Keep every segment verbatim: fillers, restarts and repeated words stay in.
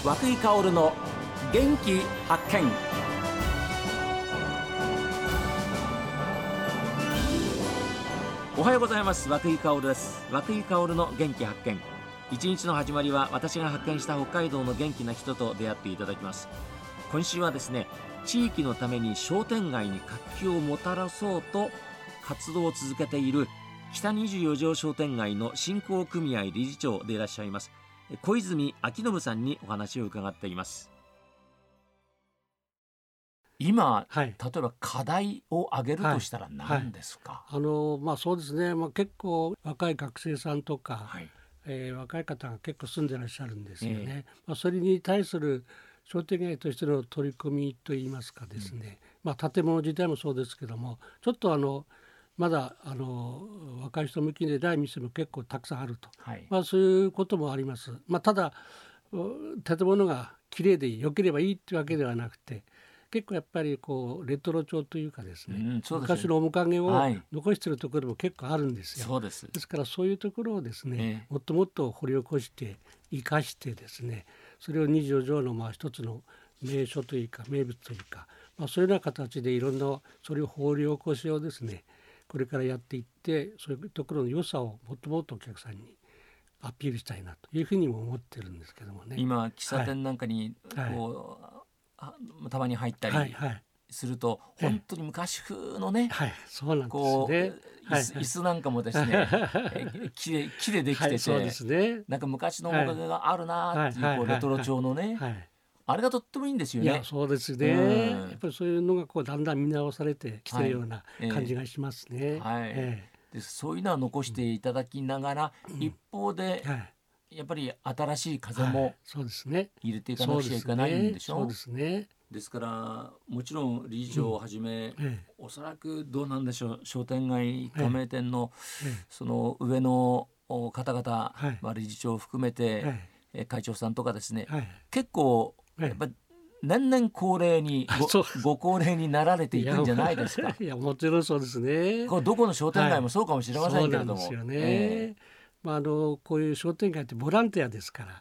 和久井薫の元気発見。おはようございます。和久井薫です。和久井薫の元気発見。一日の始まりは私が発見した北海道の元気な人と出会っていただきます。今週はですね、地域のために商店街に活気をもたらそうと活動を続けている北にじゅうよ条商店街の振興組合理事長でいらっしゃいます小泉昭信さんにお話を伺っています。今、はい、例えば課題を挙げるとしたら何ですか？ はいはい、あのまあ、そうですね、まあ、結構若い学生さんとか、はい、えー、若い方が結構住んでらっしゃるんですよね。えーまあ、それに対する商店街としての取り組みといいますかですね、うん、まあ、建物自体もそうですけども、ちょっとあのまだあの若い人向きでない店も結構たくさんあると、はい、まあ、そういうこともあります。まあ、ただ建物がきれいで良ければいいっていうわけではなくて、結構やっぱりこうレトロ調というかですね、うん、そうですね、昔の面影を残しているところも結構あるんですよ。 そうです。 ですからそういうところをですね、えー、もっともっと掘り起こして生かしてですね、それをにじゅうよ条のまあ一つの名所というか名物というか、まあ、そういうような形でいろんなそれを掘り起こしをですね、これからやっていって、そういうところの良さをもっともっとお客さんにアピールしたいなというふうにも思ってるんですけどもね。 今喫茶店なんかにこう、はい、たまに入ったりすると、はいはい、本当に昔風のね、 はい、そうなんですね、 椅子、はい、椅子なんかもですね木で木でできてて、はい、そうですね、なんか昔の面影があるなっていう、はい、こうレトロ調のね、はいはいはい、あれがとってもいいんですよね。 いや、そうですね、うん、やっぱりそういうのがこうだんだん見直されてきてるような感じがしますね。 はい、えー、でそういうのは残していただきながら、うん、一方で、はい、やっぱり新しい風も入れていかなくちゃいけないんでしょ。 そうですね。 ですからもちろん理事長をはじめ、うん、ええ、おそらくどうなんでしょう、商店街加盟店の、ええ、その上の方々、はい、まあ、理事長を含めて、はい、会長さんとかですね、はい、結構やっぱり年々高齢に ご, ご高齢になられていくんじゃないですか。 いや、もちろんそうですね。 これどこの商店街もそうかもしれませんけれども、はい、そうなんですよね。えーまあ、あのこういう商店街ってボランティアですから、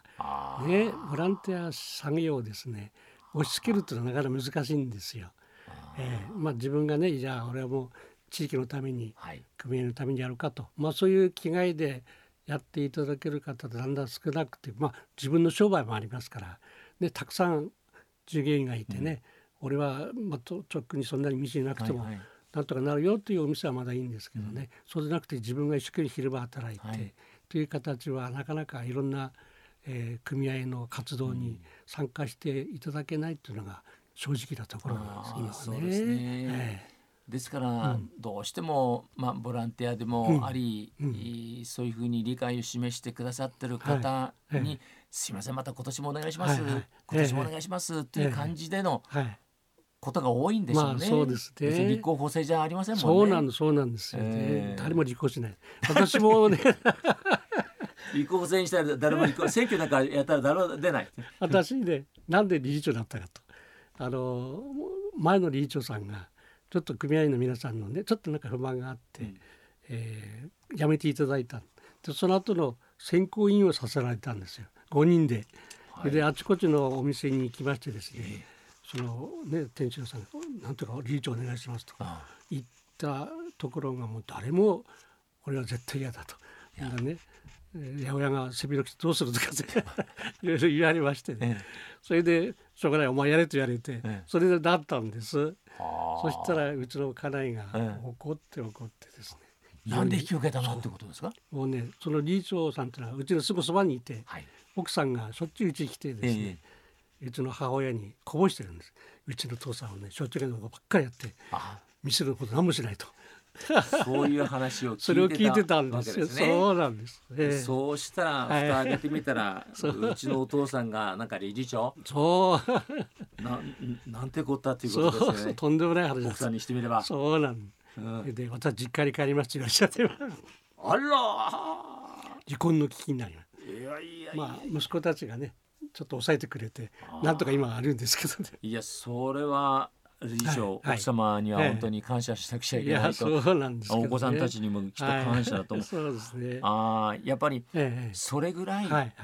ね、ボランティア作業をですね押し付けるというのはなかなか難しいんですよ。えーまあ、自分がね、じゃあ俺はもう地域のために、はい、組合のためにやるかと、まあ、そういう気概でやっていただける方だんだん少なくて、まあ、自分の商売もありますから、ね、たくさん従業員がいてね、うん、俺は、まあ、と直にそんなに店なくても、はいはい、なんとかなるよというお店はまだいいんですけどね、うん、そうじゃなくて自分が一生懸命昼間働いて、はい、という形はなかなかいろんな、えー、組合の活動に参加していただけないというのが正直なところなんです、今はね。 そうですね、えー、ですから、うん、どうしても、まあ、ボランティアでもあり、うんうん、そういうふうに理解を示してくださってる方に、はい、すいませんまた今年もお願いします、はいはい、今年もお願いします、えー、という感じでの、はいはい、ことが多いんでしょうね。まあ、そうですね。別に立候補制じゃありませんもんね。 そうなんです、そうなんですよね、えー、誰も立候補しない。私もね立候補制にしたら誰も立候補、選挙なんかやったら誰も出ない。 私ね、なんで理事長だったかと、あの前の理事長さんがちょっと組合の皆さんのねちょっとなんか不満があって、うん、えー、辞めていただいた。でその後の選考委員をさせられたんですよ、ごにんで。はい、であちこちのお店に行きましてですね、えー、そのね店長さんがなんとか理事長お願いしますと言ったところが、もう誰もこれは絶対嫌だと、だからね、八百屋が背広着てどうするとかいろいろ言われまして、ね、ええ、それでしょうがないお前やれと言われて、ええ、それでなったんです。そしたらうちの家内が怒って怒ってですね、 ええ、なんで引き受けたのってことですか。 もうね、その理事長さんってのはうちのすぐそばにいて、はい、奥さんがしょっちゅううちに来てですね、ええ、うちの母親にこぼしてるんです。うちの父さんをね、しょっちゅうのことばっかりやって店のこと何もしないとそういう話を聞いてた、 それを聞いてたんですよ。そうなんです、えー、 そうしたら蓋開けてみたら、はい、うちのお父さんがなんか理事長そうな, なんてこったっていうことですよね。 そうとんでもない話です。 奥さんにしてみればそうなん、うん、で私実家に帰りますって言われちゃってあら離婚の危機になります。 いやいやいや、 まあ、息子たちがねちょっと抑えてくれてなんとか今あるんですけどね。 いや、それは理事長、はい、奥様には本当に感謝しなくちゃいけないと、 いやそうなんですけどね、 お子さんたちにもきっと感謝だと思う、 はい、そうですね。 あやっぱりそれぐらい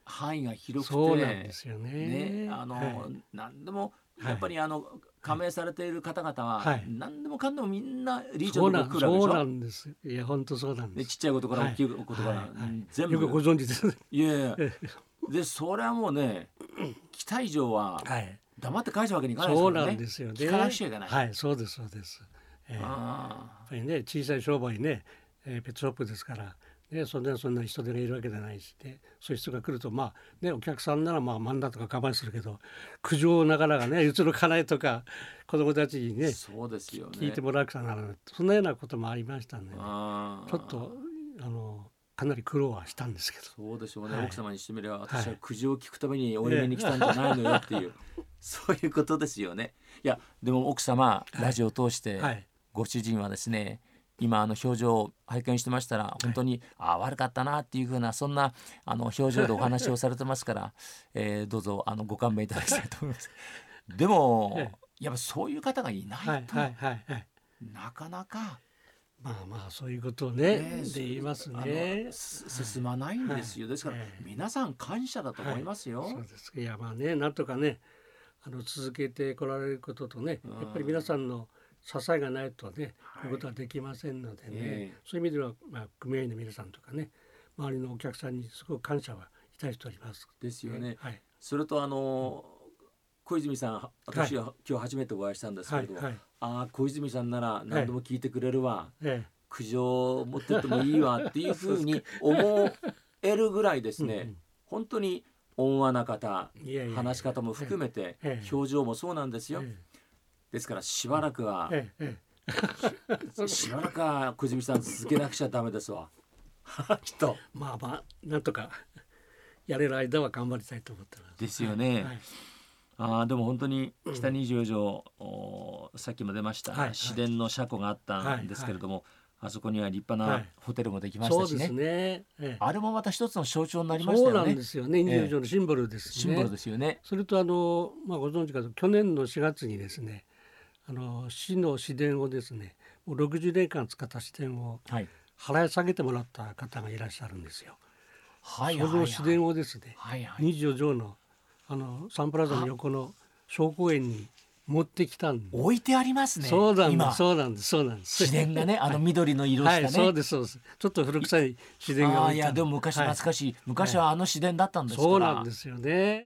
範囲が広くて、 そうなんですよね。 ね、あの、 はい、 何でもやっぱりあの、はい、加盟されている方々は、 はい、 何でもかんでもみんな理事長のとこ来るわけでしょ。 そうなんです。いや本当そうなんです。 でちっちゃいことから大きいことから、はいはいはい、全部よくご存知です。 いやいやでそれはもうね来た以上は黙って返すわけにいかないですからね。 そうなんですよね。 聞かなくちゃいけない。 はい、そうですそうです。えー、やっぱりね小さい商売ね、えー、ペットショップですから。ね、そんなそんな人手がいるわけじゃないし、ね、そういう人が来るとまあねお客さんならまあ漫談とか我慢するけど苦情ながらがねうちの家内とか子供たちにねそうですよね聞いてもらうかならそんなようなこともありましたんでねちょっとあのかなり苦労はしたんですけど。 そうでしょうね、 はい、 奥様にしてみれば私は苦情を聞くためにお嫁に来たんじゃないのよっていう、ね、そういうことですよね。いやでも奥様、はい、ラジオを通して、はい、ご主人はですね今あの表情を拝見してましたら本当に、はい、あ悪かったなっていう風なそんなあの表情でお話をされてますから、えー、どうぞあのご勘弁いただきたいと思いますでも、はい、やっぱそういう方がいないと、はいはいはいはい、なかなかまあまあそういうことをね、ねで言いますね進まないんですよ、はい、ですから、はい、皆さん感謝だと思いますよ、 はい、そうですいやまあねなんとかねあの続けてこられることとね、うん、やっぱり皆さんの支えがないとね、はい、こういうことはできませんのでね、えー、そういう意味では、まあ、組合員の皆さんとかね周りのお客さんにすごく感謝はいたしております。 ですよね、はい、それとあの、うん、小泉さん私は今日初めてお会いしたんですけれども、はいはい、ああ小泉さんなら何でも聞いてくれるわ、はい、苦情持ってってもいいわっていうふうに思えるぐらいですねうん、うん、本当に温和な方いやいやいや話し方も含めて、ええ、表情もそうなんですよ、ええですからしばらくは、えええ、しばらくは小泉さん続けなくちゃダメですわきっとまあまあなんとかやれる間は頑張りたいと思ってますですよね、はいはい、あでも本当に北にじゅう条、うん、さっきも出ました、はいはい、市電の車庫があったんですけれども、はいはいあそこには立派なホテルもできましたしね、はい、そうですね、ええ、あれもまた一つの象徴になりましたよね。 そうなんですよねにじゅう条のシンボルですね、 シンボルですよね。 それとあの、まあ、ご存知かと去年のしがつにですねあの市の市電をですねもうろくじゅうねんかん使った市電を払い下げてもらった方がいらっしゃるんですよ、はい、その市電をですね、はいはい、にじゅう条のあのサンプラザの横の商工園に持ってきたんで置いてありますね。 そうなんですそうなんですそうなんです市電がねあの緑の色したね、はい、 そうですそうですちょっと古臭い市電が置いてある。 あいやでも昔懐かしい、はい、昔はあの市電だったんですから、 そうなんですよね。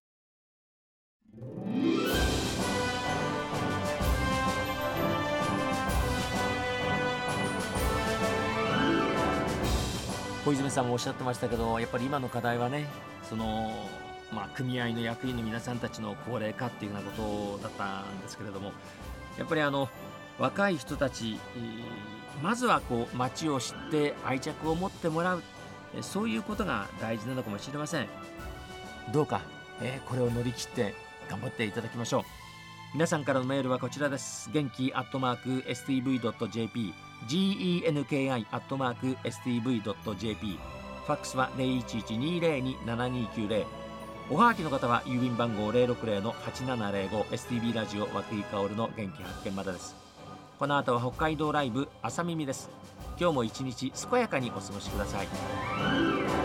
小泉さんもおっしゃってましたけどやっぱり今の課題はねそのまあ、組合の役員の皆さんたちの高齢化っていうようなことだったんですけれどもやっぱりあの若い人たち、えー、まずはこう街を知って愛着を持ってもらうそういうことが大事なのかもしれません。どうか、えー、これを乗り切って頑張っていただきましょう。皆さんからのメールはこちらです。元気アットマーク エスティーブイドットジェーピー ゲンキアットマーク エスティーブイドットジェーピー ファックスは ゼロいちいちにゼロにななにきゅうゼロおはがきの方は郵便番号 ゼロろくゼロのはちななゼロご エスティービー ラジオ和久井薫の元気発見までです。この後は北海道ライブ朝耳です。今日も一日健やかにお過ごしください。